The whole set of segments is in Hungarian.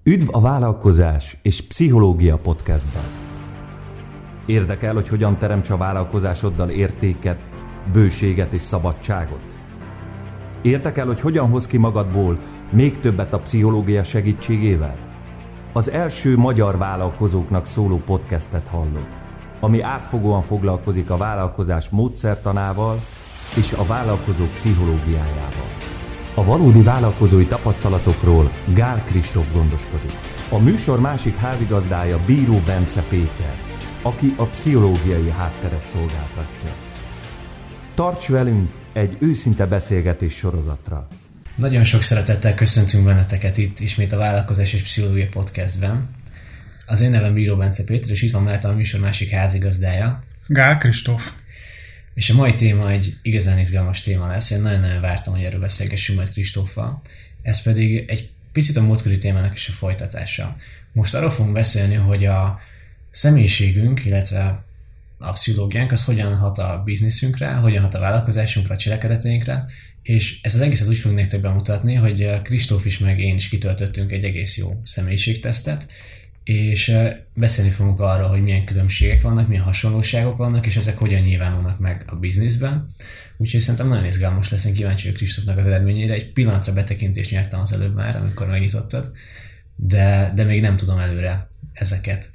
Üdv a Vállalkozás és Pszichológia Podcastben. Érdekel, hogy hogyan teremts a vállalkozásoddal értéket, bőséget és szabadságot? Érdekel, hogy hogyan hoz ki magadból még többet a pszichológia segítségével? Az első magyar vállalkozóknak szóló podcastet hallod, ami átfogóan foglalkozik a vállalkozás módszertanával és a vállalkozó pszichológiájával. A valódi vállalkozói tapasztalatokról Gál Kristóf gondoskodik. A műsor másik házigazdája Bíró Bence Péter, aki a pszichológiai hátteret szolgáltatja. Tarts velünk egy őszinte beszélgetés sorozatra. Nagyon sok szeretettel köszöntünk benneteket itt ismét a Vállalkozás és Pszichológia Podcastben. Az én nevem Bíró Bence Péter, és itt van mellett a műsor másik házigazdája, Gál Kristóf. És a mai téma egy igazán izgalmas téma lesz. Én nagyon-nagyon vártam, hogy erről beszélgessünk majd Kristóffal. Ez pedig egy picit a múltkori témának is a folytatása. Most arról fogunk beszélni, hogy a személyiségünk, illetve a pszichológiánk az hogyan hat a bizniszünkre, hogyan hat a vállalkozásunkra, a cselekedeteinkre, és ezt az egészet úgy fogunk nektek bemutatni, hogy Kristóf is meg én is kitöltöttünk egy egész jó személyiségtesztet, és beszélni fogunk arról, hogy milyen különbségek vannak, milyen hasonlóságok vannak, és ezek hogyan nyilvánulnak meg a bizniszben. Úgyhogy szerintem nagyon izgalmas lesz, én kíváncsi vagyok Kristófnak az eredményére. Egy pillanatra betekintést nyertem az előbb már, amikor megnyitottad, de még nem tudom előre ezeket.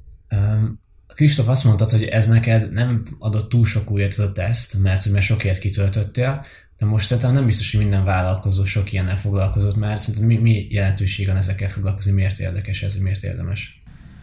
Kristóf, azt mondtad, hogy ez neked nem adott túl sok újat ez a teszt, mert hogy már sok ilyet kitöltöttél, de most szerintem nem biztos, hogy minden vállalkozó sok ilyennel foglalkozott már. Szerintem mi jelentőség van ezekkel foglalkozni, miért érdekes ez, miért érdemes?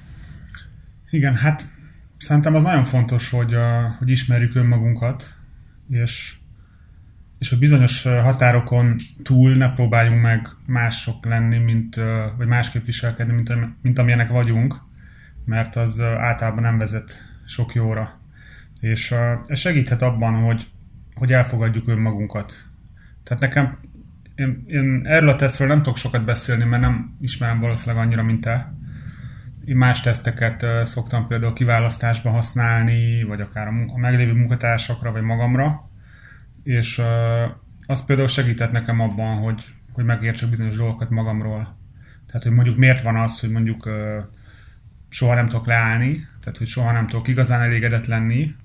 Igen, hát szerintem az nagyon fontos, hogy ismerjük önmagunkat, és hogy bizonyos határokon túl ne próbáljunk meg mások lenni, vagy másképp viselkedni, mint amilyenek vagyunk, mert az általában nem vezet sok jóra. És ez segíthet abban, hogy elfogadjuk önmagunkat. Tehát nekem, én erről a tesztről nem tudok sokat beszélni, mert nem ismerem valószínűleg annyira, mint te. Én más teszteket szoktam például kiválasztásba használni, vagy akár a meglévő munkatársakra, vagy magamra. És az például segített nekem abban, hogy megértsek bizonyos dolgokat magamról. Tehát, hogy mondjuk miért van az, hogy mondjuk soha nem tudok leállni, tehát, hogy soha nem tudok igazán elégedett lenni,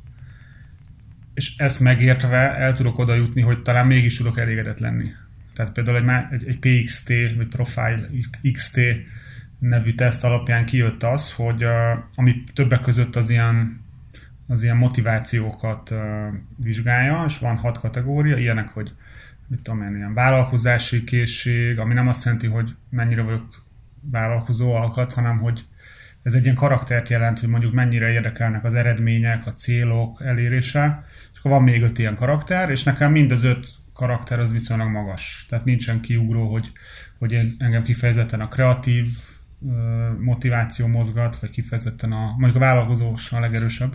és ezt megértve el tudok oda jutni, hogy talán mégis tudok elégedett lenni. Tehát például egy PXT, vagy Profile XT nevű teszt alapján kijött az, hogy ami többek között az ilyen motivációkat vizsgálja, és van 6 kategória, ilyenek, hogy ilyen vállalkozási készség, ami nem azt jelenti, hogy mennyire vagyok vállalkozó alkat, hanem hogy ez egy ilyen karaktert jelent, hogy mondjuk mennyire érdekelnek az eredmények, a célok elérése, és akkor van még 5 ilyen karakter, és nekem mind az 5 karakter az viszonylag magas. Tehát nincsen kiugró, hogy engem kifejezetten a kreatív motiváció mozgat, vagy kifejezetten mondjuk a vállalkozós a legerősebb.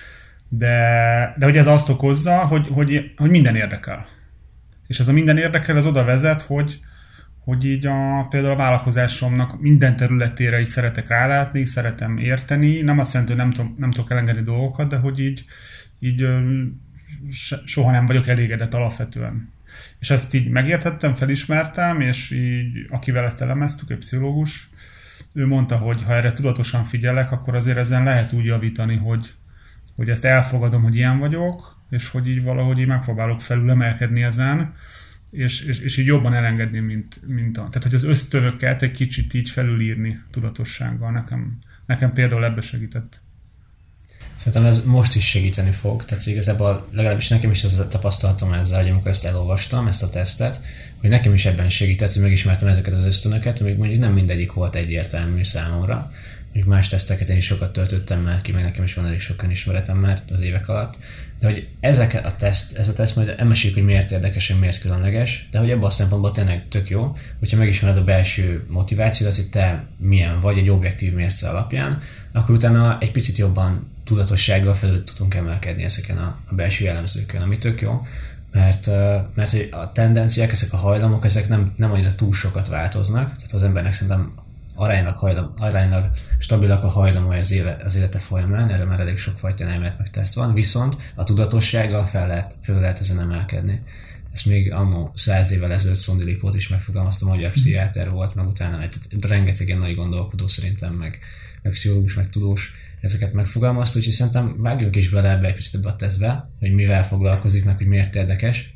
De hogy ez azt okozza, hogy minden érdekel. És ez a minden érdekel, az oda vezet, hogy így például a vállalkozásomnak minden területére is szeretek rálátni, szeretem érteni. Nem azt jelenti, hogy nem tudok elengedni dolgokat, de hogy így soha nem vagyok elégedett alapvetően. És ezt így megértettem, felismertem, és így akivel ezt elemeztük, egy pszichológus, ő mondta, hogy ha erre tudatosan figyelek, akkor azért ezen lehet úgy javítani, hogy ezt elfogadom, hogy ilyen vagyok, és hogy így valahogy így megpróbálok felülemelkedni ezen, és így jobban elengedni, tehát hogy az ösztönöket egy kicsit így felülírni tudatossággal. Nekem például ebbe segített. Szerintem ez most is segíteni fog, tehát igazából legalábbis nekem is ez a tapasztalatom ezzel, hogy amikor ezt elolvastam, ezt a tesztet, hogy nekem is ebben segített, hogy megismertem ezeket az ösztönöket, amik mondjuk nem mindegyik volt egyértelmű számomra. Mondjuk más teszteket én is sokat töltöttem már ki, meg nekem is van elég sok önismeretem már az évek alatt, de hogy ez a teszt majd elmeséljük, hogy miért érdekes, hogy miért különleges, de hogy ebben a szempontból tényleg tök jó, hogyha megismered a belső motivációt, hogy te milyen vagy egy objektív mérce alapján, akkor utána egy picit jobban tudatossággal felül tudunk emelkedni ezeken a belső jellemzőkön, ami tök jó, mert hogy a tendenciák, ezek a hajlamok, ezek nem annyira túl sokat változnak, tehát az embernek szerintem aránylag stabilak a hajlamai az élete folyamán, erre már elég sok fajta elmélet meg teszt van, viszont a tudatossággal fel lehet ezen emelkedni. ezt még annó 100 évvel ezelőtt Szondi Lipót is megfogalmazta, magyar pszichiáter volt, meg utána rengeteg ilyen nagy gondolkodó szerintem, meg pszichológus, meg tudós ezeket megfogalmazta, úgyhogy szerintem vágjunk is bele ebbe egy picit ebbe a tesztbe, hogy mivel foglalkozik, meg hogy miért érdekes.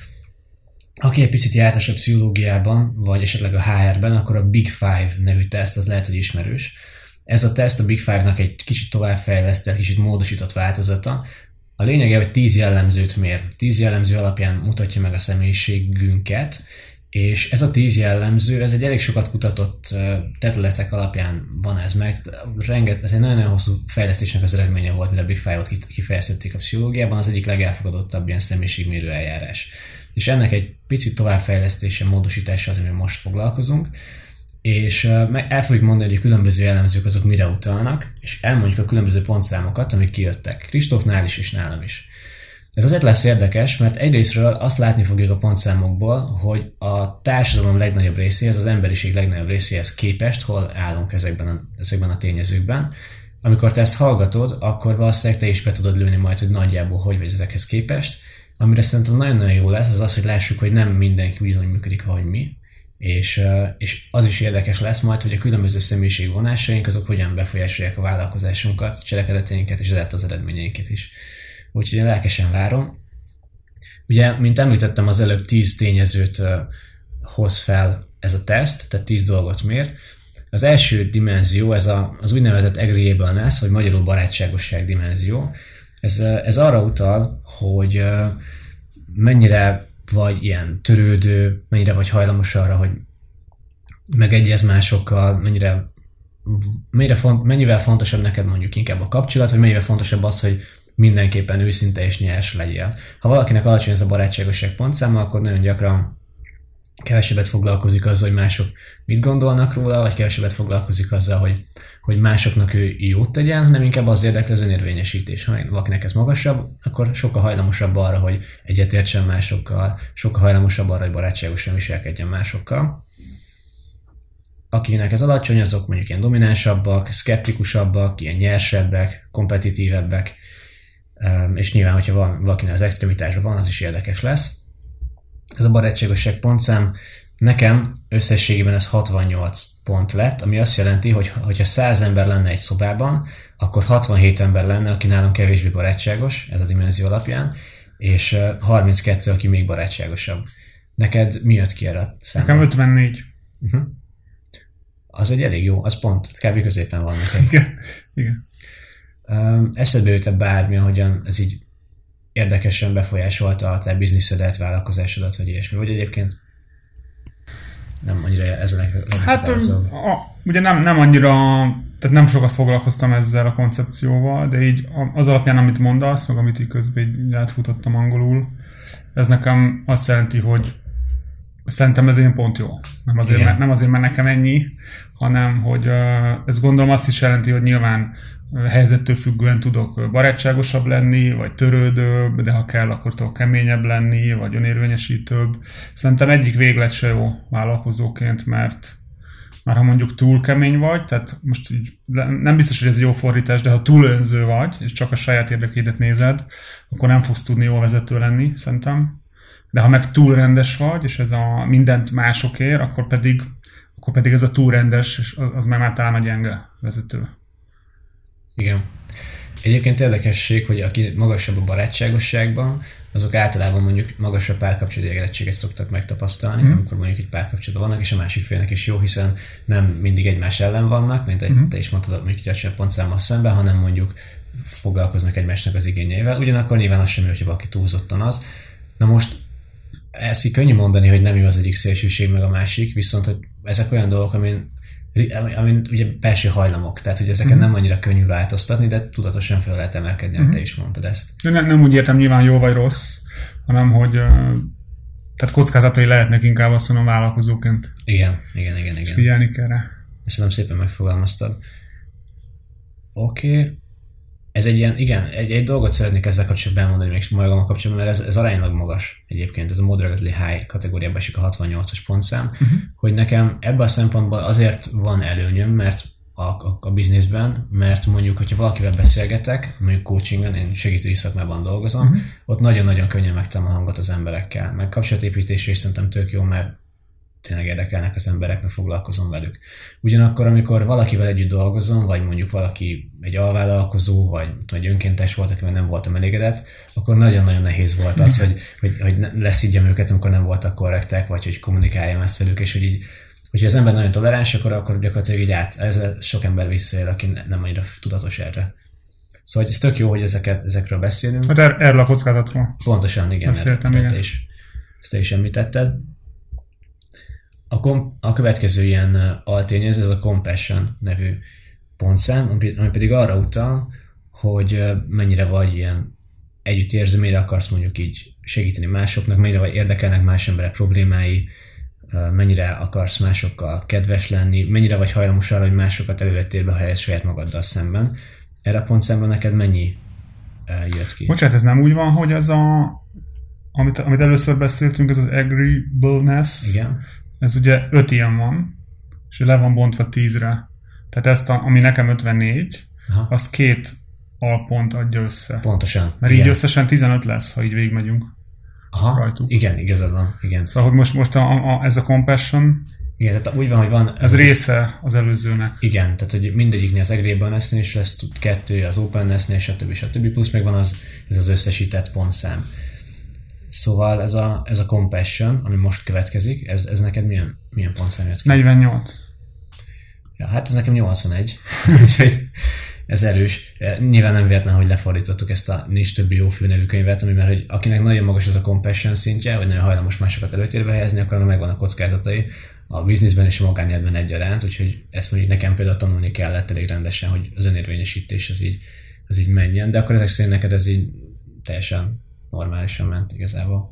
Aki egy picit jártas a pszichológiában, vagy esetleg a HR-ben, akkor a Big Five nevű teszt, az lehet, hogy ismerős. Ez a teszt a Big Five-nak egy kicsit továbbfejlesztett, kicsit módosított változata. A lényege, hogy 10 jellemzőt mér. 10 jellemző alapján mutatja meg a személyiségünket, és ez a 10 jellemző, ez egy elég sokat kutatott területek alapján van ez meg. Ez egy nagyon-nagyon hosszú fejlesztésnek az eredménye volt, mire a Big Five-ot kifejeztették a pszichológiában, az egyik legelfogadottabb ilyen személyiségmérő eljárás. És ennek egy picit továbbfejlesztése, módosítása az, amivel most foglalkozunk, és el fogjuk mondani, hogy a különböző jellemzők azok mire utalnak, és elmondjuk a különböző pontszámokat, amik kijöttek. Kristófnál is, és nálam is. Ez azért lesz érdekes, mert egyrésztről azt látni fogjuk a pontszámokból, hogy a társadalom legnagyobb részéhez, az emberiség legnagyobb részéhez képest, hol állunk ezekben a tényezőkben. Amikor te ezt hallgatod, akkor valószínűleg te is be tudod lőni majd, hogy nagyjából hogy vagy ezekhez képest. Amire szerintem nagyon-nagyon jó lesz, az az, hogy lássuk, hogy nem mindenki ugyanúgy működik, ahogy mi. És az is érdekes lesz majd, hogy a különböző személyiségvonásaink azok hogyan befolyásolják a vállalkozásunkat, a cselekedeteinket és az eredményeinket is. Úgyhogy én lelkesen várom. Ugye, mint említettem, az előbb 10 tényezőt hoz fel ez a teszt, tehát 10 dolgot mér. Az első dimenzió, ez az úgynevezett agreeableness, vagy magyarul barátságosság dimenzió. Ez arra utal, hogy mennyire vagy ilyen törődő, mennyire vagy hajlamos arra, hogy megegyez másokkal, mennyivel fontosabb neked mondjuk inkább a kapcsolat, vagy mennyivel fontosabb az, hogy mindenképpen őszinte és nyers legyél. Ha valakinek alacsony ez a barátságosság pontszáma, akkor nagyon gyakran kevesebbet foglalkozik azzal, hogy mások mit gondolnak róla, vagy kevesebbet foglalkozik azzal, hogy másoknak ő jót tegyen, hanem inkább az érdekli az önérvényesítés. Ha valakinek ez magasabb, akkor sokkal hajlamosabb arra, hogy egyetértsen másokkal, sokkal hajlamosabb arra, hogy barátságosan viselkedjen másokkal. Akinek ez alacsony, azok mondjuk ilyen dominánsabbak, szkeptikusabbak, ilyen nyersebbek, kompetitívebbek, és nyilván, hogyha valakinek az extremitásban van, az is érdekes lesz. Ez a barátságosság pontszám nekem összességében ez 68 pont lett, ami azt jelenti, hogy ha 100 ember lenne egy szobában, akkor 67 ember lenne, aki nálam kevésbé barátságos, ez a dimenzió alapján, és 32, aki még barátságosabb. Neked mi jött ki erre a számra? Nekem 54. Uh-huh. Az egy elég jó, az pont, kb. Középen van neked. Igen. Eszedbe jut-e bármi, ahogyan ez így érdekesen befolyásolta a te bizniszedet, vállalkozásodat, vagy ilyesmi? Vagy egyébként nem annyira ezenek? Hát ugye nem annyira, tehát nem sokat foglalkoztam ezzel a koncepcióval, de így az alapján, amit mondasz, meg amit így közben így átfutottam angolul, ez nekem azt jelenti, hogy szerintem ez én pont jó. Nem azért, mert nekem ennyi, hanem hogy ez gondolom azt is jelenti, hogy nyilván helyzettől függően tudok barátságosabb lenni, vagy törődőbb, de ha kell, akkor tudok keményebb lenni, vagy önérvényesítőbb. Szerintem egyik véglet se jó vállalkozóként, mert már ha mondjuk túl kemény vagy, tehát most így, nem biztos, hogy ez jó fordítás, de ha túl önző vagy, és csak a saját érdekédet nézed, akkor nem fogsz tudni jó vezető lenni, szerintem. De ha meg túl rendes vagy, és ez a mindent másokért, akkor pedig ez a túl rendes, és az már talán a gyenge vezető. Igen. Egyébként érdekesség, hogy aki magasabb a barátságosságban, azok általában mondjuk magasabb párkapcsolati elégedettséget szoktak megtapasztalni, amikor mondjuk egy párkapcsolatban vannak, és a másik félnek is jó, hiszen nem mindig egymás ellen vannak, mint te is mondtad, mondjuk egy pontszámmal szemben, hanem mondjuk foglalkoznak egymásnak az igényeivel. Ugyanakkor nyilván az sem jó, hogyha valaki túlzottan az. Na most ezt így könnyű mondani, hogy nem jó az egyik szélsőség meg a másik, viszont hogy ezek olyan dolgok, amin ugye belső hajlamok, tehát hogy ezeken nem annyira könnyű változtatni, de tudatosan fel lehet emelkedni, hogy te is mondtad ezt. Nem úgy értem nyilván jó vagy rossz, hanem hogy tehát kockázatai lehetnek inkább, azt mondom, vállalkozóként. Igen. Figyelni kell rá. Ezt nem szépen megfogalmaztad. Oké. Ez egy ilyen, igen, egy dolgot szeretnék ezzel kapcsolatban elmondani még magammal kapcsolatban, mert ez aránylag magas egyébként, ez a moderately high kategóriába esik a 68-as pontszám, hogy nekem ebben a szempontból azért van előnyöm, mert a bizniszben, mert mondjuk, hogyha valakivel beszélgetek, mondjuk coachingen, én segítői szakmában dolgozom, ott nagyon-nagyon könnyen megtalálom a hangot az emberekkel. Meg kapcsolatépítésre is szerintem tök jó, mert tényleg érdekelnek az emberek, meg foglalkozom velük. Ugyanakkor, amikor valakivel együtt dolgozom, vagy mondjuk valaki egy alvállalkozó, vagy egy önkéntes volt, akivel nem voltam elégedett, akkor nagyon-nagyon nehéz volt az, hogy leszígyem őket, amikor nem voltak korrektek, vagy hogy kommunikáljam ezt velük, és hogy így, hogyha az ember nagyon toleráns, akkor gyakorlatilag így ezzel sok ember visszaél, aki nem annyira tudatos erre. Szóval ez tök jó, hogy ezekről beszélünk. Hát erről a kockázatról. Pontosan, igen. Beszéltem, igen. Ezt te is említetted. A következő ilyen altényező, ez a compassion nevű pontszám, ami pedig arra utal, hogy mennyire vagy ilyen együttérző, mennyire akarsz mondjuk így segíteni másoknak, mennyire vagy érdekelnek más emberek problémái, mennyire akarsz másokkal kedves lenni, mennyire vagy hajlamos arra, hogy másokat előrettérbe helyez saját magaddal szemben. Erre a pontszámban neked mennyi jött ki? Bocsánat, ez nem úgy van, hogy ez amit először beszéltünk, ez az agreeableness. Igen. Ez ugye 5 ilyen van, és le van bontva 10-re. Tehát ezt, ami nekem 54, azt 2 alpont adja össze. Pontosan. Mert igen. Így összesen 15 lesz, ha így végigmegyünk rajtuk. Igen, igazad van. Igen. Szóval, hogy most ez a compassion, igen, tehát úgy van, hogy van... Ez része az előzőnek. Igen, tehát hogy mindegyiknél az agreeableness-nél is lesz 2, az openness-nél, stb. Plusz meg van ez az összesített pontszám. Szóval ez a compassion, ami most következik, ez neked milyen pontszám jött ki? 48. Ja, hát ez nekem 81. Ez erős. Nyilván nem véletlen, hogy lefordítottuk ezt a Nincs többi jó fő nevű könyvet, amiben, hogy akinek nagyon magas ez a compassion szintje, vagy nagyon hajlamos másokat előtérbe helyezni, akkor megvan a kockázatai a bizniszben és a magánéletben egyaránt, úgyhogy ezt mondjuk nekem például tanulni kellett elég rendesen, hogy az önérvényesítés az így menjen, de akkor ezek szerint neked ez így teljesen normálisan ment igazából.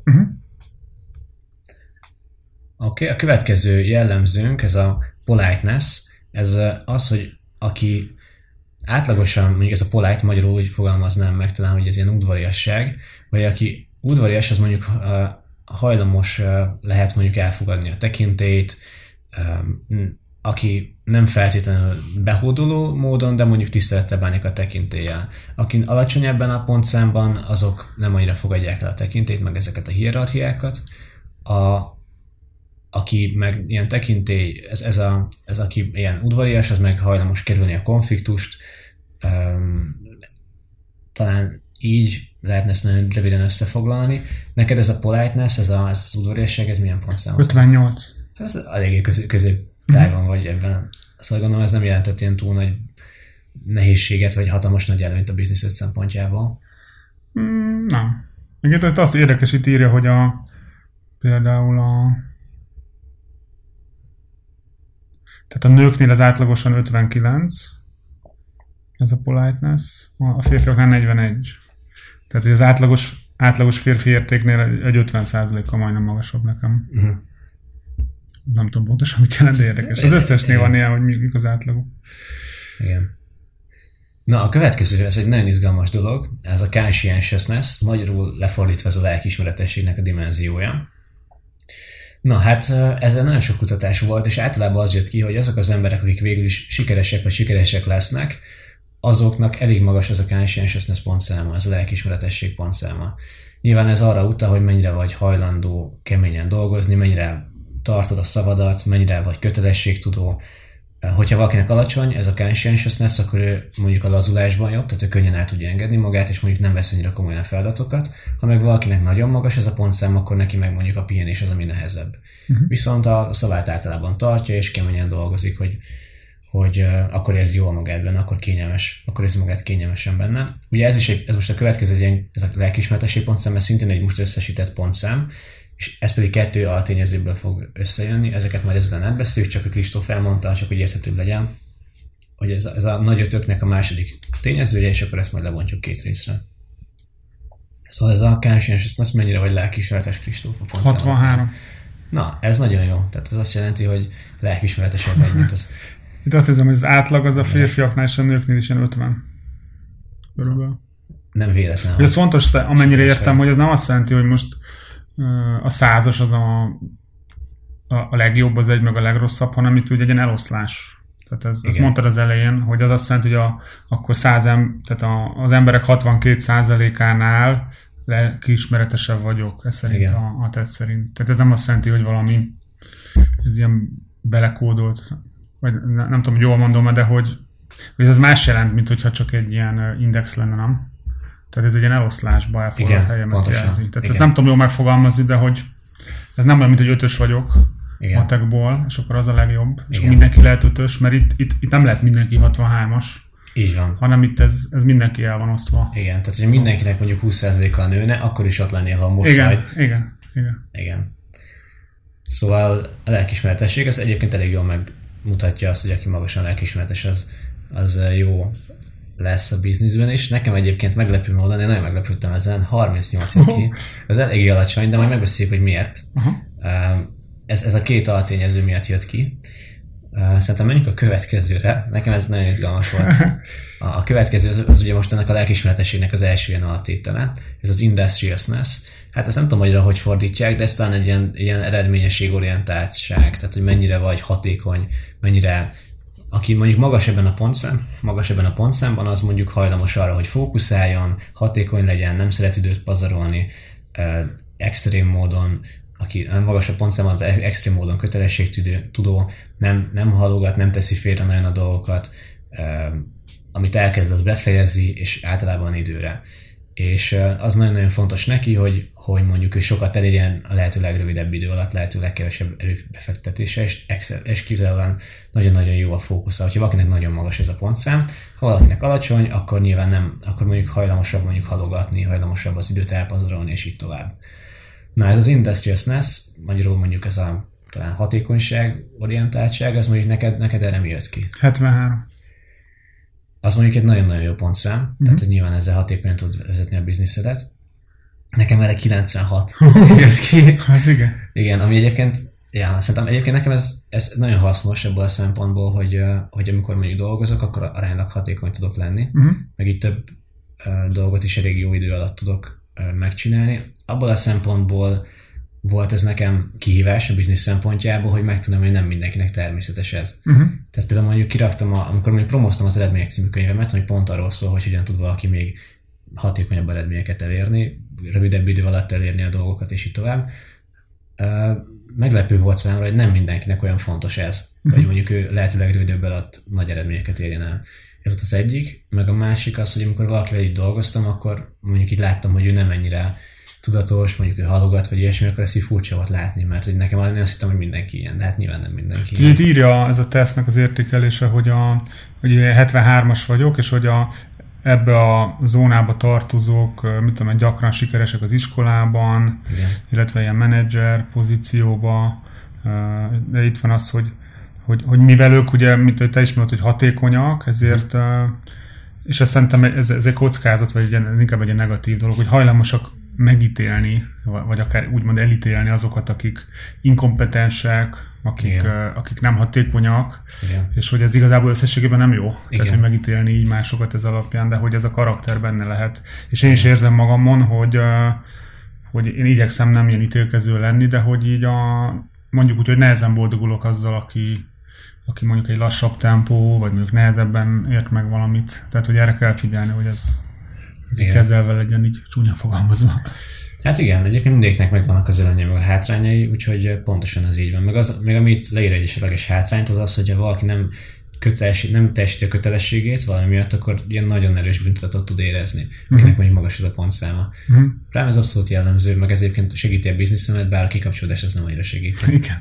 Oké, a következő jellemzőnk, ez a politeness, ez az, hogy aki átlagosan, mondjuk ez a polite, magyarul úgy fogalmaznám meg talán, hogy ez ilyen udvariasság, vagy aki udvarias, az mondjuk hajlamos lehet mondjuk elfogadni a tekintélyt, aki nem feltétlenül behódoló módon, de mondjuk tisztelettel bánik a tekintéllyel. Aki alacsony ebben a pontszámban, azok nem annyira fogadják el a tekintélyt, meg ezeket a hierarchiákat. Aki meg ilyen tekintély, ez aki ilyen udvarias, az meg hajlamos kerülni a konfliktust. Talán így lehetne ezt nagyon röviden összefoglalni. Neked ez a politeness, ez az udvariasság, ez milyen pontszám? 58. Ez eléggé középtávon vagy ebben. Szóval gondolom, ez nem jelentett ilyen túl nagy nehézséget, vagy hatalmas nagy előnyt a bizniszed szempontjából. Nem. Még azt érdekes itt írja, hogy például tehát a nőknél az átlagosan 59, ez a politeness, a férfiaknál 41. Tehát, hogy az átlagos férfi értéknél egy 50%-a majdnem magasabb nekem. Nem tudom pontosan, mit jelent, de érdekes. Az összesnél van ilyen, hogy mik az átlagok. Igen. Na, a következő, ez egy nagyon izgalmas dolog, ez a conscientiousness, magyarul lefordítva ez a lelkiismeretességnek a dimenziója. Na hát ezzel nagyon sok kutatás volt, és általában az jött ki, hogy azok az emberek, akik végül is sikeresek vagy sikeresek lesznek, azoknak elég magas ez a conscientiousness pontszáma, ez a lelkiismeretesség pontszáma. Nyilván ez arra utal, hogy mennyire vagy hajlandó keményen dolgozni, mennyire tartod a szavadat, mennyire vagy kötelességtudó. Hogyha valakinek alacsony ez a conscientiousness, akkor ő mondjuk a lazulásban jobb, tehát ő könnyen el tudja engedni magát, és mondjuk nem vesz annyira komolyan a feladatokat. Ha meg valakinek nagyon magas ez a pontszám, akkor neki meg mondjuk a pihenés az, ami nehezebb. Viszont a szavát általában tartja, és keményen dolgozik, hogy akkor érzi jól magát benne, akkor érzi magát kényelmesen benne. Ugye ez most a következő, ez a lelkiismeretesség pontszám, ez szintén egy most összesített pontszám, és ez pedig 2 altényezőből fog összejönni, ezeket majd ezután átbeszéljük, csak a Kristóf elmondta, csak hogy érthetőbb legyen, hogy ez a nagy ötöknek a második tényezője, és akkor ezt majd lebontjuk 2 részre. Szóval ez a conscientiousness mennyire vagy lelkiismeretes, Kristóf a pontszám? 63. Na, ez nagyon jó. Tehát ez azt jelenti, hogy lelkiismeretesebb vagy, mint az. Itt azt hiszem, hogy az átlag az a férfiaknál és a nőknél is ilyen 50. Körülbelül. Nem véletlen. Ez fontos, amennyire értem, hogy ez nem azt jelenti, hogy most a 100-as az a legjobb, az egy meg a legrosszabb, hanem itt ugye egy ilyen eloszlás Tehát ezt mondtad az elején, hogy az azt jelenti, hogy akkor tehát az emberek 62%-ánál lelkiismeretesebb vagyok, ez szerint a teszt szerint. Tehát ez nem azt jelenti, hogy valami ez ilyen belekódolt, vagy nem tudom, hogy jól mondom, de hogy ez más jelent, mint hogyha csak egy ilyen index lenne, nem? Tehát ez egy ilyen eloszlásba elfoglalt helyemet jelzi. Tehát ezt nem tudom jól megfogalmazni, de hogy ez nem olyan, mint hogy 5-ös vagyok matekból, és akkor az a legjobb, és akkor mindenki lehet 5-ös, mert itt nem lehet mindenki 63-as. Így van. Hanem itt ez mindenki el van osztva. Igen, tehát hogyha mindenkinek mondjuk 20%-kal nőne, akkor is ott lennél, ha most vagy. Igen. Szóval a lelkiismeretesség, ez egyébként elég jól megmutatja azt, hogy aki magasan lelkiismeretes, az jó lesz a bizniszben is. Nekem egyébként meglepő módon, én nagyon meglepődtem ezen, 38 jött ki. Ez eléggé alacsony, de majd megbeszéljük, hogy miért. Ez a két altényező miatt jött ki. Szerintem menjünk a következőre. Nekem ez nagyon izgalmas volt. A következő az ugye most ennek a lelkiismeretességnek az első ilyen altétele. Ez az industriousness. Hát ezt nem tudom magyarra, hogy fordítják, de ez talán egy ilyen eredményességorientáltság, tehát hogy mennyire vagy hatékony, mennyire, aki mondjuk magas ebben a pontszámban, az mondjuk hajlamos arra, hogy fókuszáljon, hatékony legyen, nem szeret időt pazarolni, extrém módon, aki magasabb pontszámban, az extrém módon kötelességtudó, nem halogat, nem teszi félre nagyon a dolgokat, amit elkezd, az befejezi, és általában időre. És az nagyon-nagyon fontos neki, hogy mondjuk ő sokat elérjen a lehető legrövidebb idő alatt, lehető legkevesebb erőbefektetése, és kizárólag nagyon-nagyon jó a fókusza. Ha valakinek nagyon magas ez a pontszám, ha valakinek alacsony, akkor nyilván nem, akkor mondjuk hajlamosabb mondjuk halogatni, hajlamosabb az időt elpazarolni, és így tovább. Na ez az industriousness, magyarul mondjuk ez a talán hatékonyság, orientáltság, az mondjuk neked erre mi jött ki? 73. Az mondjuk egy nagyon-nagyon jó pontszám, tehát hogy nyilván ezzel hatékonyan tud vezetni a bizniszedet. Nekem erre 96 jött ki. Az igen. Igen, ami egyébként, szerintem egyébként nekem ez nagyon hasznos ebből a szempontból, hogy amikor mondjuk dolgozok, akkor aránylag hatékony tudok lenni, meg így több dolgot is elég jó idő alatt tudok megcsinálni. Abból a szempontból volt ez nekem kihívás a biznisz szempontjából, hogy megtudom, hogy nem mindenkinek természetes ez. Tehát például mondjuk kiraktam, amikor mondjuk promóztam az Eredmények című könyvemet, hogy pont arról szól, hogy hogyan tud valaki még hatékonyabb eredményeket elérni, rövidebb idő alatt elérni a dolgokat, és így tovább. Meglepő volt számomra, hogy nem mindenkinek olyan fontos ez, hogy mondjuk ő lehetőleg rövidebb alatt nagy eredményeket érjen el. Ez volt az egyik, meg a másik az, hogy amikor valakivel így dolgoztam, akkor mondjuk így láttam, hogy ő nem ennyire tudatos, mondjuk ő halogat, vagy ilyesmi, akkor ezt így furcsa volt látni, mert hogy nekem azt hittem, hogy mindenki ilyen, de hát nyilván nem mindenki ilyen. Itt írja ez a tesztnek az értékelése, hogy 73-as vagyok, és hogy ebbe a zónába tartozók, mit tudom, gyakran sikeresek az iskolában, igen, illetve ilyen menedzser pozícióba, de itt van az, hogy mivel ők ugye, mint te is mondod, hogy hatékonyak, ezért, és ezt szerintem ez egy kockázat, vagy ez inkább egy negatív dolog, hogy hajlamosak megítélni, vagy akár úgymond elítélni azokat, akik inkompetensek, akik nem hatékonyak, igen, és hogy ez igazából összességében nem jó. Igen. Tehát, hogy megítélni így másokat ez alapján, de hogy ez a karakter benne lehet. És én is érzem magamon, hogy én igyekszem nem ilyen ítélkező lenni, de hogy így mondjuk úgy, hogy nehezen boldogulok azzal, aki mondjuk egy lassabb tempó, vagy mondjuk nehezebben ért meg valamit. Tehát, hogy erre kell figyelni, hogy ez így kezelve legyen, így csúnya fogalmazva. Hát igen, egyébként mindegyiknek megvannak az előnyei, meg a hátrányai, úgyhogy pontosan ez így van. Meg amit leír egy esetleges hátrányt, az az, hogy ha valaki nem teljesíti a kötelességét valami miatt, akkor ilyen nagyon erős büntetet tud érezni, akinek mondjuk magas ez a pontszáma. Rám ez abszolút jellemző, meg ez egyébként segíti a bizniszemet, bár a kikapcsolódás ez nem annyira segít. Igen.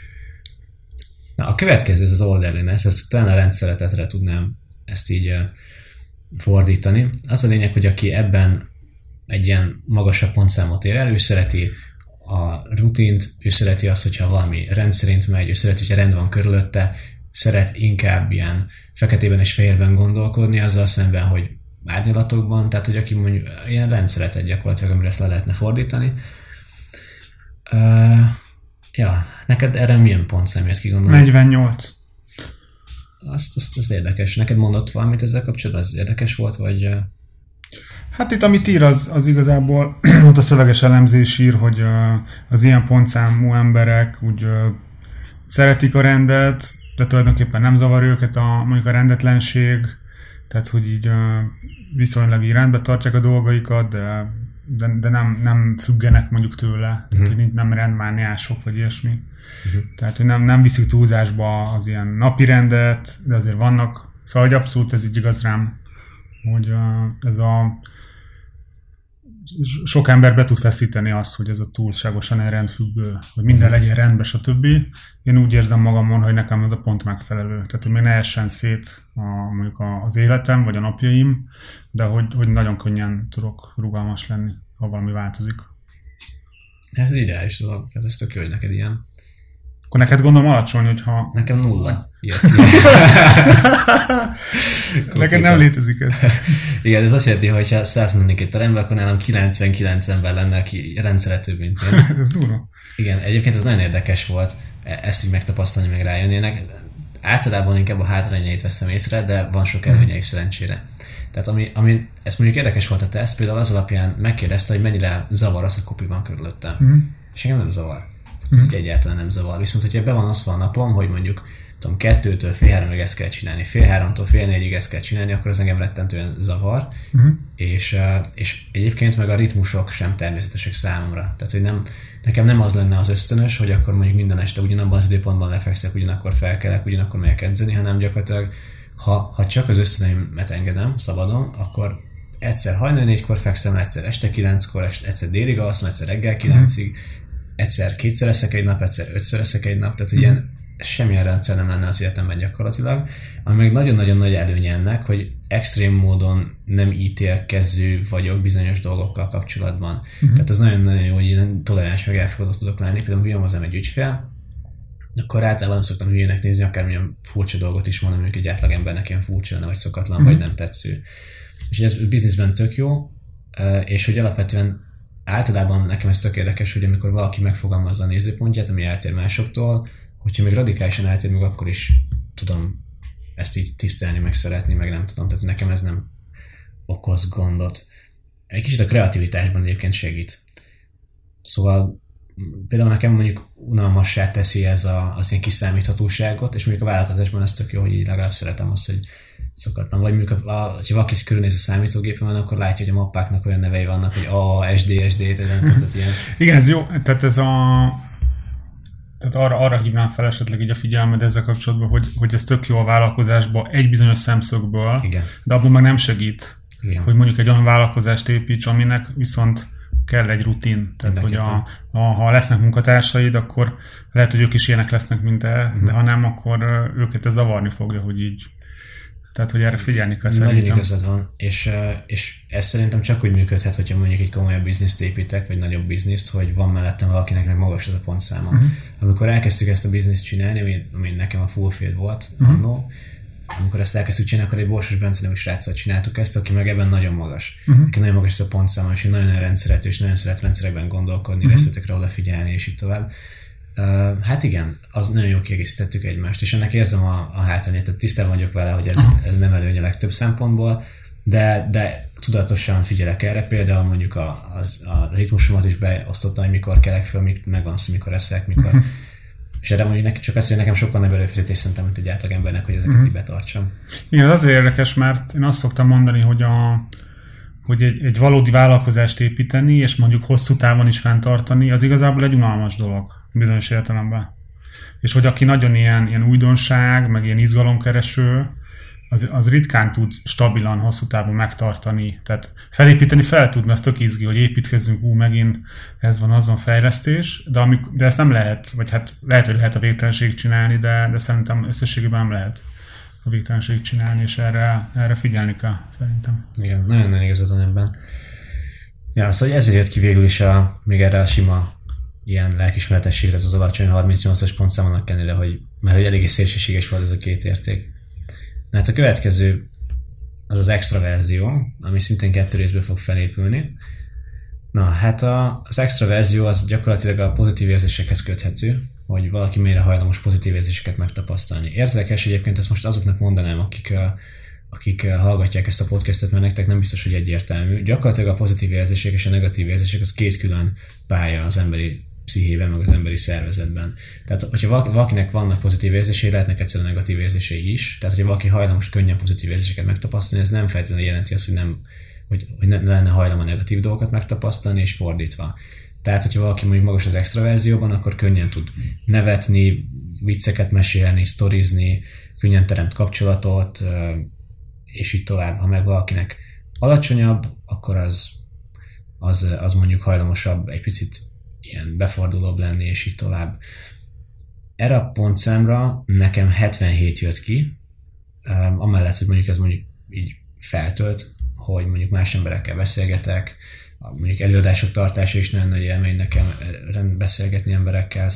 Na, a következő, ez az orderliness, ezt talán a rendszeretetre tudnám ezt így fordítani. Az a lényeg, hogy aki ebben egy ilyen magasabb pontszámot ér el, ő szereti a rutint, ő szereti azt, hogyha valami rendszerint megy, ő szereti, hogyha rend van körülötte, szeret inkább ilyen feketében és fehérben gondolkodni, azzal szemben, hogy árnyalatokban, tehát hogy aki mondjuk ilyen rendszeretet gyakorlatilag, amire ezt le lehetne fordítani. Neked erre milyen pontszám jött ki, gondolom? 48. Az érdekes. Neked mondott valamit ezzel kapcsolatban? Ez érdekes volt, vagy... Hát itt amit ír, az igazából ott a szöveges elemzés ír, hogy az ilyen pontszámú emberek úgy szeretik a rendet, de tulajdonképpen nem zavarja őket mondjuk a rendetlenség, tehát hogy így viszonylag így rendben tartsák a dolgaikat, de nem függenek mondjuk tőle, tehát hogy nem rendmániások vagy ilyesmi. Tehát hogy nem viszik túlzásba az ilyen napi rendet, de azért vannak, szóval hogy abszolút ez így igaz rám, hogy ez a sok ember be tud feszíteni azt, hogy ez a túlságosan rendfüggő, hogy minden legyen rendben, stb. Én úgy érzem magamon, hogy nekem ez a pont megfelelő. Tehát, hogy még ne essen szét mondjuk az életem, vagy a napjaim, de hogy nagyon könnyen tudok rugalmas lenni, ha valami változik. Ez ideális dolog, tehát ez tök jó, hogy neked ilyen. Akkor neked gondolom alacsony, hogyha... Nekem 0. Neked nem létezik ez. Igen, ez azt jelenti, hogy ha 100 lennék egy teremben, akkor nálam 99 ember lenne, aki rendszeretőbb, mint én. Ez durva. Igen, egyébként ez nagyon érdekes volt ezt így megtapasztalni, meg rájönnének. Általában inkább a hátrányait veszem észre, de van sok előnye is szerencsére. Tehát ami ez mondjuk érdekes volt a teszt, például az alapján megkérdezte, hogy mennyire zavar az, hogy kopi van körülöttem. És engem nem zavar. Tehát, egyáltalán nem zavar. Viszont, hogyha be van osztva a napom, hogy mondjuk 2-től fél 3-ig ezt kell csinálni, fél 3-tól fél 4-ig ezt kell csinálni, akkor az engem rettentően zavar. És egyébként meg a ritmusok sem természetesek számomra. Tehát, hogy nekem nem az lenne az ösztönös, hogy akkor mondjuk minden este ugyanabban az időpontban lefekszek, ugyanakkor felkelek, ugyanakkor megyek edzeni, hanem gyakorlatilag ha csak az ösztöneimet engedem szabadon, akkor egyszer hajnali 4-kor fekszem, egyszer este 9-kor, egyszer délig alszom, egyszer reggel 9-ig, egyszer 2-szer eszek egy nap, egyszer 5-ször eszek egy nap, tehát ilyen semmilyen rendszer nem lenne az életemben gyakorlatilag. Ami meg nagyon-nagyon nagy előnye ennek, hogy extrém módon nem ítélkező vagyok bizonyos dolgokkal kapcsolatban. Tehát ez nagyon-nagyon jó, hogy ilyen toleráns meg elfogadott tudok lenni. Például hülyen hozzám egy ügyfél, akkor általában nem szoktam hülyének nézni, akármilyen furcsa dolgot is mondom, mondjuk egy átlagembernek ilyen furcsa lenne, vagy szokatlan, vagy nem tetsző. És ez bizniszben tök jó, és hogy alapvetően általában nekem ez tök érdekes, hogy amikor valaki megfogalmazza a nézőpontját, ami eltér másoktól, hogyha még radikálisan eltér, még akkor is tudom ezt így tisztelni, meg szeretni, meg nem tudom. Tehát nekem ez nem okoz gondot. Egy kicsit a kreativitásban egyébként segít. Szóval például nekem mondjuk unalmassá teszi ez az ilyen kiszámíthatóságot, és mondjuk a vállalkozásban ez tök jó, hogy így legalább szeretem azt, hogy szokatlan. Vagy mondjuk, ha valaki körülnéz a számítógépen, akkor látja, hogy a mappáknak olyan nevei vannak, hogy A, SD, tehát ilyen. Igen, ez jó. Tehát tehát arra hívnám fel esetleg így a figyelmed ezzel kapcsolatban, hogy ez tök jó a vállalkozásban egy bizonyos szemszögből, igen. De abban meg nem segít, igen. Hogy mondjuk egy olyan vállalkozást építs, aminek viszont kell egy rutin. Tehát, hogy ha lesznek munkatársaid, akkor lehet, hogy ők is ilyenek lesznek, mint te, de ha nem, akkor őket ez zavarni fogja, hogy így. Tehát, hogy erre figyelni kell szerintem. Nagyon igazad van, és ez szerintem csak úgy működhet, hogyha mondjuk egy komolyabb bizniszt építek, vagy nagyobb bizniszt, hogy van mellettem valakinek meg magas ez a pontszáma. Amikor elkezdtük ezt a bizniszt csinálni, ami nekem a Fullfield volt annó, amikor ezt elkezdtük csinálni, akkor egy Borsos Bence nevű sráccal csináltuk ezt, aki meg ebben nagyon magas. Neki nagyon magas ez a pontszáma, és nagyon rendszerető, és nagyon szeret rendszerekben gondolkodni, részletekre odafigyelni, és így tovább. Hát igen, az nagyon jól kiegészítettük egymást, és ennek érzem a hátrányát, tehát tisztában vagyok vele, hogy ez nem előnye legtöbb szempontból, de tudatosan figyelek erre, például mondjuk a ritmusomat is beosztottam, hogy mikor kelek föl, megvan az, hogy mikor eszek, mikor... És erre mondjuk csak azt, hogy nekem sokkal nagyobb előfizetés szerintem, mint egy átlagembernek, hogy ezeket így betartsam. Igen, ez azért érdekes, mert én azt szoktam mondani, hogy egy valódi vállalkozást építeni, és mondjuk hosszú távon is fenntartani, az igazából egy unalmas dolog, bizonyos értelemben. És hogy aki nagyon ilyen újdonság, meg ilyen izgalomkereső, az ritkán tud stabilan, hosszú távon megtartani. Tehát felépíteni fel tud, mert ez tök izgi, hogy építkezzünk, megint ez van, az van fejlesztés, de ezt nem lehet, vagy hát lehet, hogy lehet a végtelenség csinálni, de szerintem összességében nem lehet a végtelenség csinálni, és erre figyelni kell, szerintem. Igen, nagyon-nagyon igazad van ebben. Ja, szóval ezért jött ki végül is még erre a sima ilyen lelkismeretességre ez az alacsony 38-as pontszámnak ellenére, mert eléggé szélsőséges volt ez a két érték. Na hát a következő az az extra verzió, ami szintén 2 részből fog felépülni. Na hát az extra verzió az gyakorlatilag a pozitív érzésekhez köthető, hogy valaki mennyire hajlamos pozitív érzéseket megtapasztalni. Érdekes, egyébként ezt most azoknak mondanám, akik hallgatják ezt a podcastet, mert nektek nem biztos, hogy egyértelmű. Gyakorlatilag a pozitív érzések és a negatív érzések az 2 külön pálya az emberi pszichében, meg az emberi szervezetben. Tehát, hogyha valakinek vannak pozitív érzései, lehetnek egyszerűen negatív érzései is. Tehát, hogyha valaki hajlamos könnyen pozitív érzéseket megtapasztalni, ez nem feltétlenül jelenti azt, hogy ne lenne hajlam a negatív dolgokat megtapasztalni, és fordítva. Tehát, hogyha valaki mondjuk magas az extraverzióban, akkor könnyen tud nevetni, vicceket mesélni, sztorizni, könnyen teremt kapcsolatot, és így tovább. Ha meg valakinek alacsonyabb, akkor az mondjuk hajlamosabb egy picit ilyen befordulóbb lenni, és így tovább. Erre a pontszámra nekem 77 jött ki, amellett, hogy mondjuk ez mondjuk így feltölt, hogy mondjuk más emberekkel beszélgetek, mondjuk előadások tartása is nagyon nagy élmény nekem beszélgetni emberekkel,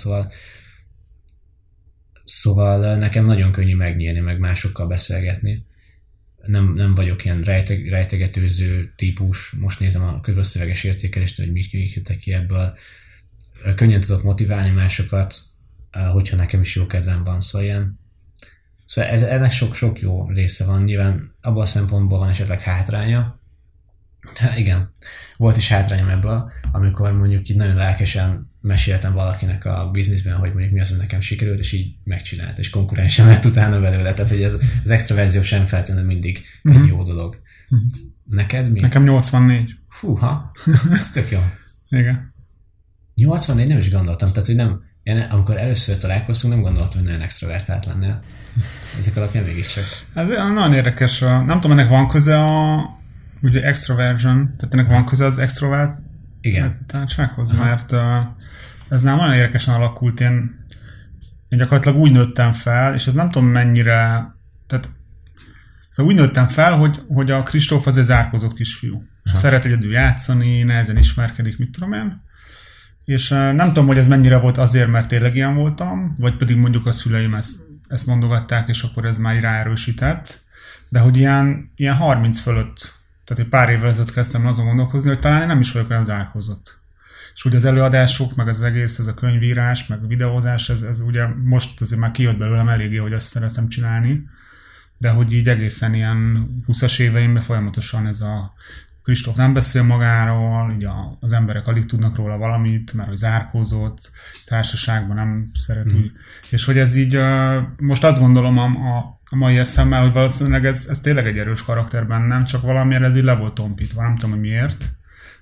szóval nekem nagyon könnyű megnyílni, meg másokkal beszélgetni. Nem vagyok ilyen rejtegetőző típus, most nézem a közösszöveges értékelést, hogy mit jöttek ki ebből. Könnyen tudok motiválni másokat, hogyha nekem is jó kedvem van, szóval ennek sok jó része van. Nyilván abban a szempontból van esetleg hátránya. Hát igen, volt is hátrányom ebből, amikor mondjuk így nagyon lelkesen meséltem valakinek a bizniszben, hogy mondjuk mi az, ami nekem sikerült, és így megcsinált, és konkurensem lett utána belőle. Tehát, hogy ez az extraverzió sem feltétlenül mindig egy jó dolog. Neked mi? Nekem 84. Húha, ez tök jó. Igen. 84 nem is gondoltam, tehát, hogy nem, én amikor először találkoztunk, nem gondoltam, hogy nagyon extrovertált lennél. Ezek alapján mégiscsak. Ez nagyon érdekes. Nem tudom, ennek van köze ugye extroversion, tehát ennek van köze az extrovertáltsághoz, mert ez nem nagyon érdekesen alakult. Én gyakorlatilag úgy nőttem fel, és ez nem tudom mennyire, tehát szóval úgy nőttem fel, hogy a Kristóf az egy zárkózott kisfiú. Szeret egyedül játszani, nehezen ismerkedik, mit tudom én. És nem tudom, hogy ez mennyire volt azért, mert tényleg ilyen voltam, vagy pedig mondjuk a szüleim ezt mondogatták, és akkor ez már ráerősített. De hogy ilyen 30 fölött, tehát egy pár évvel ezelőtt kezdtem azon gondolkozni, hogy talán én nem is vagyok olyan zárkózott. És ugye az előadások, meg az egész, ez a könyvírás, meg a videózás, ez ugye most azért már kijött belőlem eléggé, hogy ezt szeretem csinálni, de hogy így egészen ilyen 20-as éveimben folyamatosan ez a Kristóf nem beszél magáról, így az emberek alig tudnak róla valamit, mert hogy zárkózott, társaságban nem szeret úgy. És hogy ez így, most azt gondolom a mai eszemmel, hogy valószínűleg ez tényleg egy erős karakter bennem, csak valamiért ez így le volt tompítva, nem tudom, hogy miért,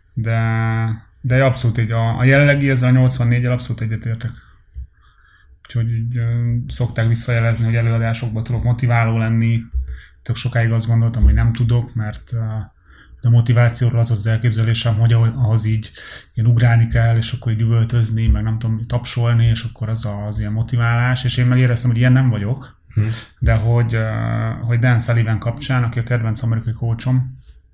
de abszolút így a jelenlegi, ez a 84-el abszolút egyetértek. Úgyhogy így szokták visszajelezni, hogy előadásokban tudok motiváló lenni, tök sokáig azt gondoltam, hogy nem tudok, mert a motivációról az elképzelésem, hogy ahhoz így ilyen ugrálni kell, és akkor így üvöltözni, meg nem tudom, tapsolni, és akkor az ilyen motiválás, és én megéreztem, hogy ilyen nem vagyok, de hogy Dan Sullivan kapcsán, aki a kedvenc amerikai coachom,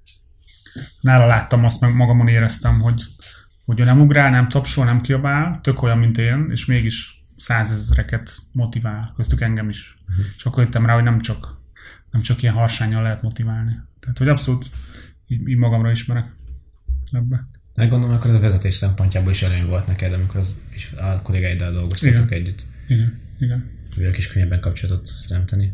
nála láttam azt, meg magamon éreztem, hogy ő nem ugrál, nem tapsol, nem kiabál, tök olyan, mint én, és mégis 100 000-eket motivál, köztük engem is. És akkor jöttem rá, hogy nem csak ilyen harsánnyal lehet motiválni. Tehát, hogy abszolút így magamra ismerek ebbe. Gondolom, akkor a vezetés szempontjából is előny volt neked, amikor a kollégáiddal dolgoztatok együtt. Igen. Ők is könnyebben kapcsolatot teremteni.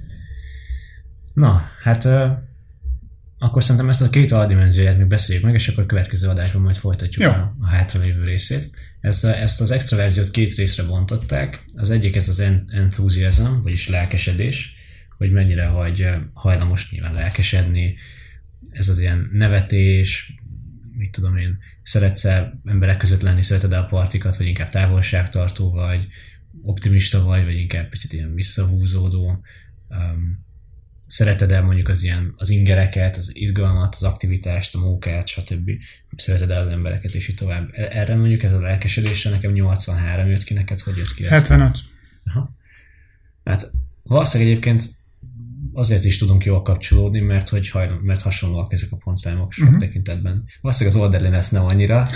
Na, hát akkor szerintem ezt a két aldimenzióját még beszéljük meg, és akkor a következő adásban majd folytatjuk a hátralévő részét. Ezt az extraverziót két részre bontották. Az egyik ez az enthusiasm, vagyis lelkesedés, hogy mennyire vagy hajlamos nyilván lelkesedni, ez az ilyen nevetés, mit tudom én, szeretsz emberek között lenni, szereted a partikat, vagy inkább távolságtartó vagy, optimista vagy inkább picit ilyen visszahúzódó, szereted mondjuk az ingereket, az izgalmat, az aktivitást, a munkát, stb. Szereted az embereket, és így tovább. Erre mondjuk ez a lelkesedésre nekem 83 jött ki, neked hogy jött ki? 75. Aha. Hát valószínűleg egyébként azért is tudunk jól kapcsolódni, mert hasonlóak ezek a pontszámok sok tekintetben. Valószínűleg az orderliness nem annyira.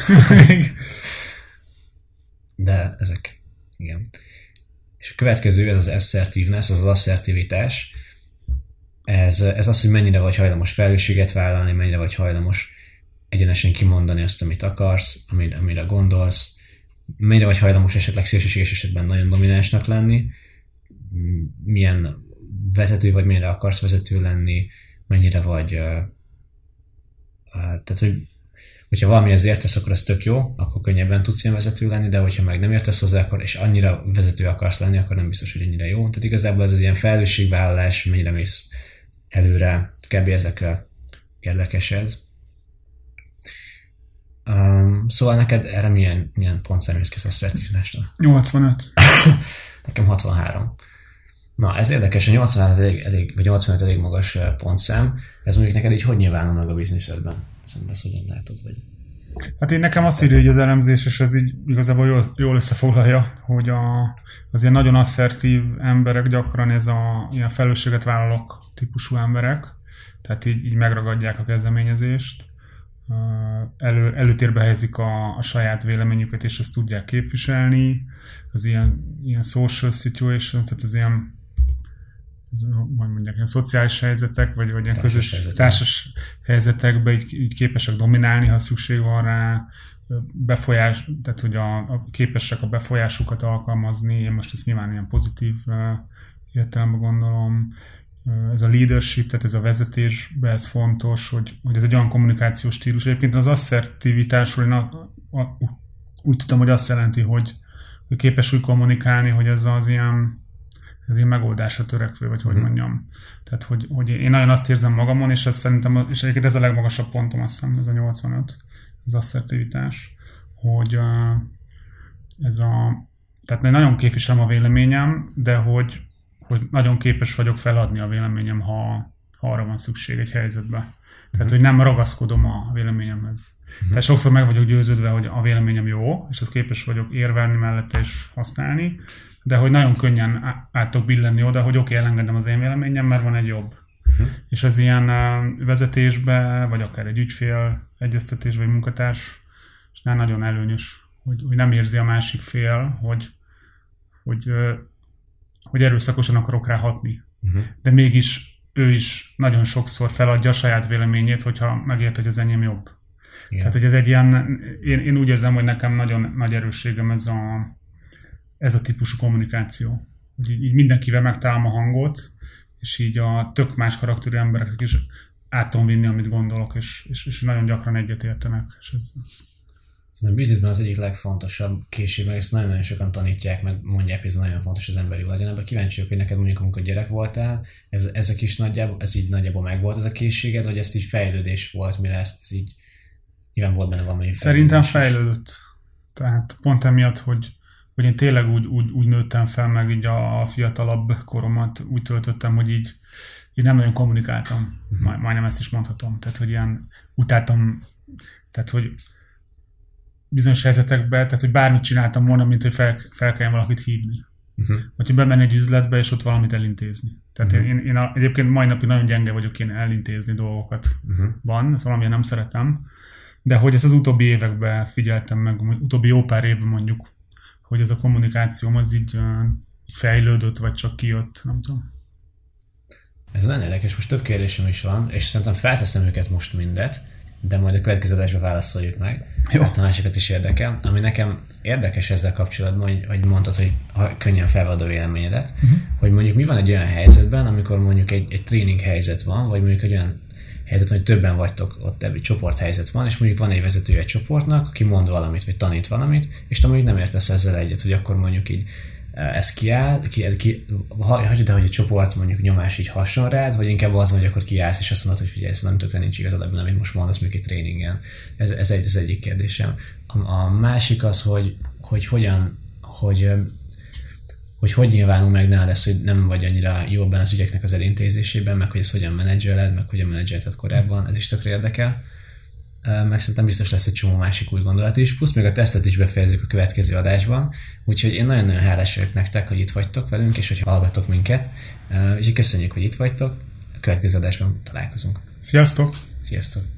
De ezek, igen. És a következő, ez az assertiveness, az asszertivitás. Ez az, hogy mennyire vagy hajlamos felelősséget vállalni, mennyire vagy hajlamos egyenesen kimondani azt, amit akarsz, amire gondolsz, mennyire vagy hajlamos esetleg szélsőséges esetben nagyon dominánsnak lenni, milyen vezető vagy, mennyire akarsz vezető lenni, mennyire vagy tehát, hogy Hogyha valamihez értesz, akkor ez tök jó, akkor könnyebben tudsz ilyen vezető lenni, de hogyha meg nem értesz hozzá, akkor, és annyira vezető akarsz lenni, akkor nem biztos, hogy ennyire jó. Tehát igazából ez az ilyen felelősségvállalás, mennyire mész előre, kb. Ezekre érdekes ez. Szóval neked erre milyen pontszám jött ki az asszertivitásra? 85. Nekem 63. Na, ez érdekes, a 83 az elég, vagy 85 elég magas pontszám. Ez mondjuk neked így hogy nyilvánul meg a bizniszedben? Szerintem ezt hogyan látod, vagy? Hát én nekem azt írja, hogy az elemzés, és ez így igazából jól összefoglalja, hogy az ilyen nagyon asszertív emberek gyakran ilyen felelősséget vállalók típusú emberek, tehát így megragadják a kezdeményezést, előtérbe helyezik a saját véleményüket, és ezt tudják képviselni, az ilyen social situation, tehát az ilyen ilyen szociális helyzetek, vagy ilyen közös társas helyzetekben így képesek dominálni, ha szükség van rá, tehát hogy képesek a befolyásukat alkalmazni, én most ezt nyilván ilyen pozitív értelemben gondolom. Ez a leadership, tehát ez a vezetésben ez fontos, hogy ez egy olyan kommunikációs stílus. Egyébként az asszertivitásról én úgy tudom, hogy azt jelenti, hogy képes úgy kommunikálni, hogy ez ilyen megoldásra törekvő, vagy hogy mondjam. Tehát, hogy én nagyon azt érzem magamon, és ez szerintem, és egyébként ez a legmagasabb pontom, azt hiszem, ez a 85, az asszertivitás, hogy tehát nagyon képviselem a véleményem, de hogy nagyon képes vagyok feladni a véleményem, ha arra van szükség egy helyzetben. Tehát, hogy nem ragaszkodom a véleményemhez. Tehát sokszor meg vagyok győződve, hogy a véleményem jó, és azt képes vagyok érvelni mellette és használni, de hogy nagyon könnyen át tudok billenni oda, hogy oké, elengedem az én véleményem, mert van egy jobb. És az ilyen vezetésbe, vagy akár egy ügyfél egyeztetésbe, vagy munkatárs, és nagyon előnyös, hogy nem érzi a másik fél, hogy erőszakosan akarok rá hatni. De mégis ő is nagyon sokszor feladja a saját véleményét, hogyha megért, hogy az enyém jobb. Igen. Tehát, hogy ez egy ilyen, én úgy érzem, hogy nekem nagyon nagy erősségem ez a típusú kommunikáció. Hogy így mindenkivel megtalálom a hangot, és így a tök más karakterű embereknek is át tudom vinni, amit gondolok, és nagyon gyakran egyetértenek. És ez. A bizniszben az egyik legfontosabb készség, meg ezt nagyon-nagyon sokan tanítják, meg mondják, hogy ez nagyon fontos az emberi legyen. Ebben kíváncsi vagyok, hogy neked mondjuk, amikor gyerek voltál, ez így nagyjából megvolt ez a készséged, vagy ez így fejlődés volt, mire ez így nyilván volt benne valami fejlődés? Szerintem fejlődött. Tehát pont emiatt, hogy én tényleg úgy nőttem fel, meg így a fiatalabb koromat úgy töltöttem, hogy így nem nagyon kommunikáltam. Majdnem ezt is mondhatom. Tehát, hogy ilyen utáltam, tehát, hogy bizonyos helyzetekben, tehát, hogy bármit csináltam volna, mint hogy fel kelljen valakit hívni. Vagy hogy bemenni egy üzletbe, és ott valamit elintézni. Tehát én egyébként mai napig nagyon gyenge vagyok én elintézni dolgokat. Van, ezt valamiért nem szeretem. De hogy ezt az utóbbi években figyeltem meg, utóbbi jó pár évben mondjuk, hogy ez a kommunikációm az így fejlődött, vagy csak kijött, nem tudom. Ez nagyon érdekes, most több kérdésem is van, és szerintem felteszem őket most mindet, de majd a következő adásban válaszoljuk meg. Jó. Hát a másikat is érdekel. Ami nekem érdekes ezzel kapcsolatban, hogy mondtad, hogy könnyen felvedd a véleményedet, hogy mondjuk mi van egy olyan helyzetben, amikor mondjuk egy tréning helyzet van, vagy mondjuk egy olyan helyzet, hogy többen vagytok, ott egy csoporthelyzet van, és mondjuk van egy vezetője egy csoportnak, aki mond valamit, vagy tanít valamit, és te mondjuk nem értesz ezzel egyet, hogy akkor mondjuk így ez hagyod, hogy a csoport mondjuk nyomás így hasonl rád, vagy inkább az, hogy akkor kiállsz, és azt mondod, hogy figyelj, ez nem tökre nincs igazad ebben, amit most mondasz mondjuk egy tréningen. Ez az egyik kérdésem. A másik az, hogy nyilvánul meg nálad ez, hogy nem vagy annyira jó benne az ügyeknek az elintézésében, meg hogy ezt hogyan menedzseled, meg hogyan menedzselted korábban, ez is tökre érdekel. Meg szerintem biztos lesz egy csomó másik új gondolat is, plusz még a tesztet is befejezzük a következő adásban, úgyhogy én nagyon-nagyon hálás vagyok nektek, hogy itt vagytok velünk, és hogy hallgatok minket, és köszönjük, hogy itt vagytok, a következő adásban találkozunk. Sziasztok! Sziasztok!